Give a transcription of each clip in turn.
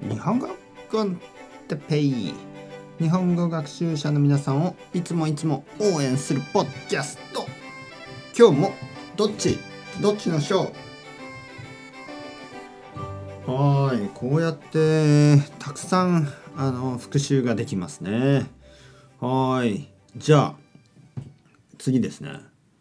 日本語コンテペイ、日本語学習者の皆さんをいつも応援するポッドキャスト。今日もどっちのショー。はい、こうやってたくさん復習ができますね。はい、じゃあ次ですね。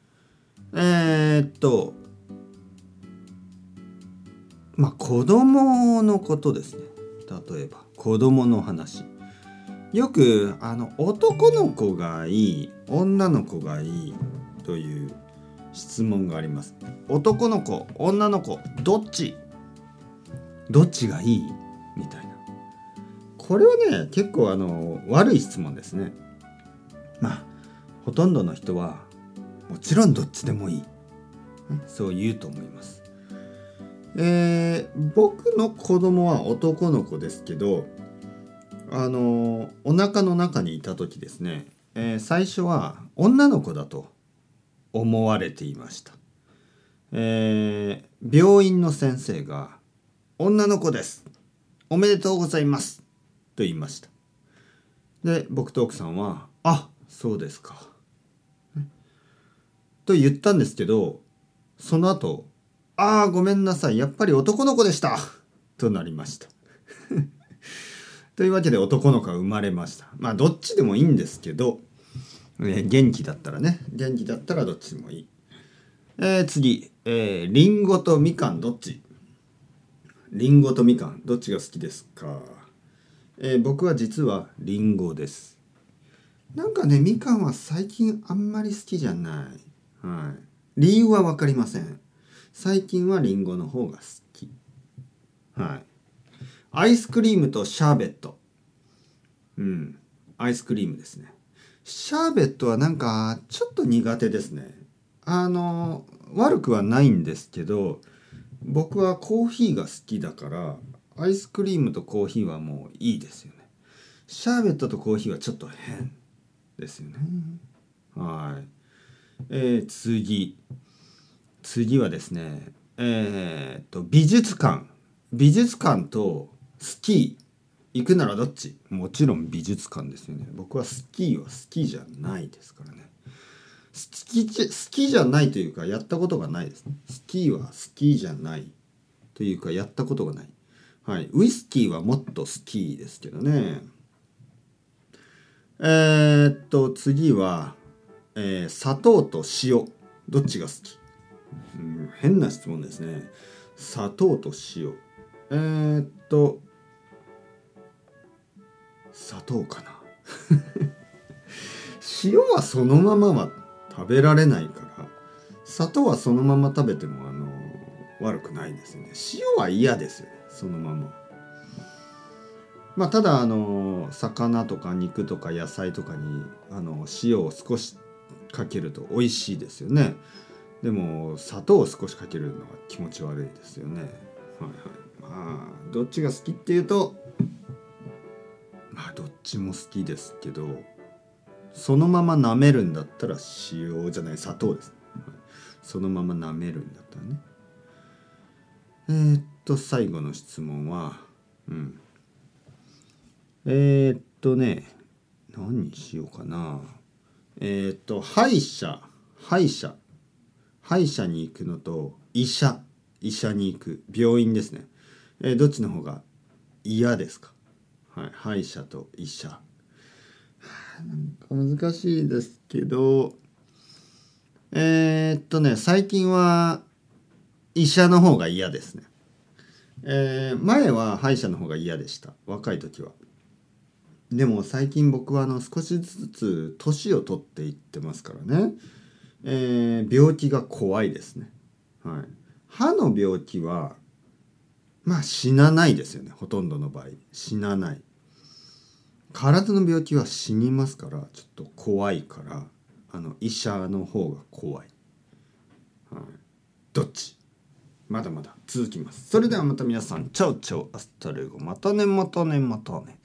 子供のことですね。例えば子供の話、よく男の子がいい女の子がいいという質問があります。男の子女の子どっちがいいみたいな。これはね結構悪い質問ですね。ほとんどの人はもちろんどっちでもいい、そう言うと思います。僕の子供は男の子ですけど、お腹の中にいた時ですね、最初は女の子だと思われていました。病院の先生が女の子です、おめでとうございますと言いました。で、僕と奥さんはそうですかと言ったんですけど、その後ごめんなさい、やっぱり男の子でしたとなりましたというわけで男の子が生まれました。どっちでもいいんですけど、元気だったらどっちでもいい。次、リンゴとみかんどっちが好きですか？僕は実はリンゴです。なんかね、みかんは最近あんまり好きじゃない。理由は分かりません。最近はリンゴの方が好き。アイスクリームとシャーベット。アイスクリームですね。シャーベットはなんかちょっと苦手ですね。悪くはないんですけど、僕はコーヒーが好きだからアイスクリームとコーヒーはもういいですよね。シャーベットとコーヒーはちょっと変ですよね。次はですね、美術館とスキー行くならどっち？もちろん美術館ですよね。僕はスキーは好きじゃないですからね。好きじゃないというかやったことがないですね。スキーは好きじゃないというかやったことがない。ウイスキーはもっと好きですけどね。次は、砂糖と塩どっちが好き？変な質問ですね。砂糖と塩。砂糖かな塩はそのままは食べられないから、砂糖はそのまま食べても悪くないですよね。塩は嫌ですよね、そのまま。ただ魚とか肉とか野菜とかに塩を少しかけると美味しいですよね。でも砂糖を少しかけるのは気持ち悪いですよね。どっちが好きっていうとどっちも好きですけど、そのまま舐めるんだったら塩じゃない砂糖です、そのまま舐めるんだったらね。最後の質問は何にしようかな。歯医者に行くのと医者に行く、病院ですね。どっちの方が嫌ですか？歯医者と医者。なんか難しいですけど、最近は医者の方が嫌ですね。前は歯医者の方が嫌でした、若い時は。でも最近僕は少しずつ年を取っていってますからね、病気が怖いですね。歯の病気は死なないですよね。ほとんどの場合死なない。体の病気は死にますから、ちょっと怖いから医者の方が怖い。どっち？まだまだ続きます。それではまた皆さん、チャオチャオアスタルゴ、またね。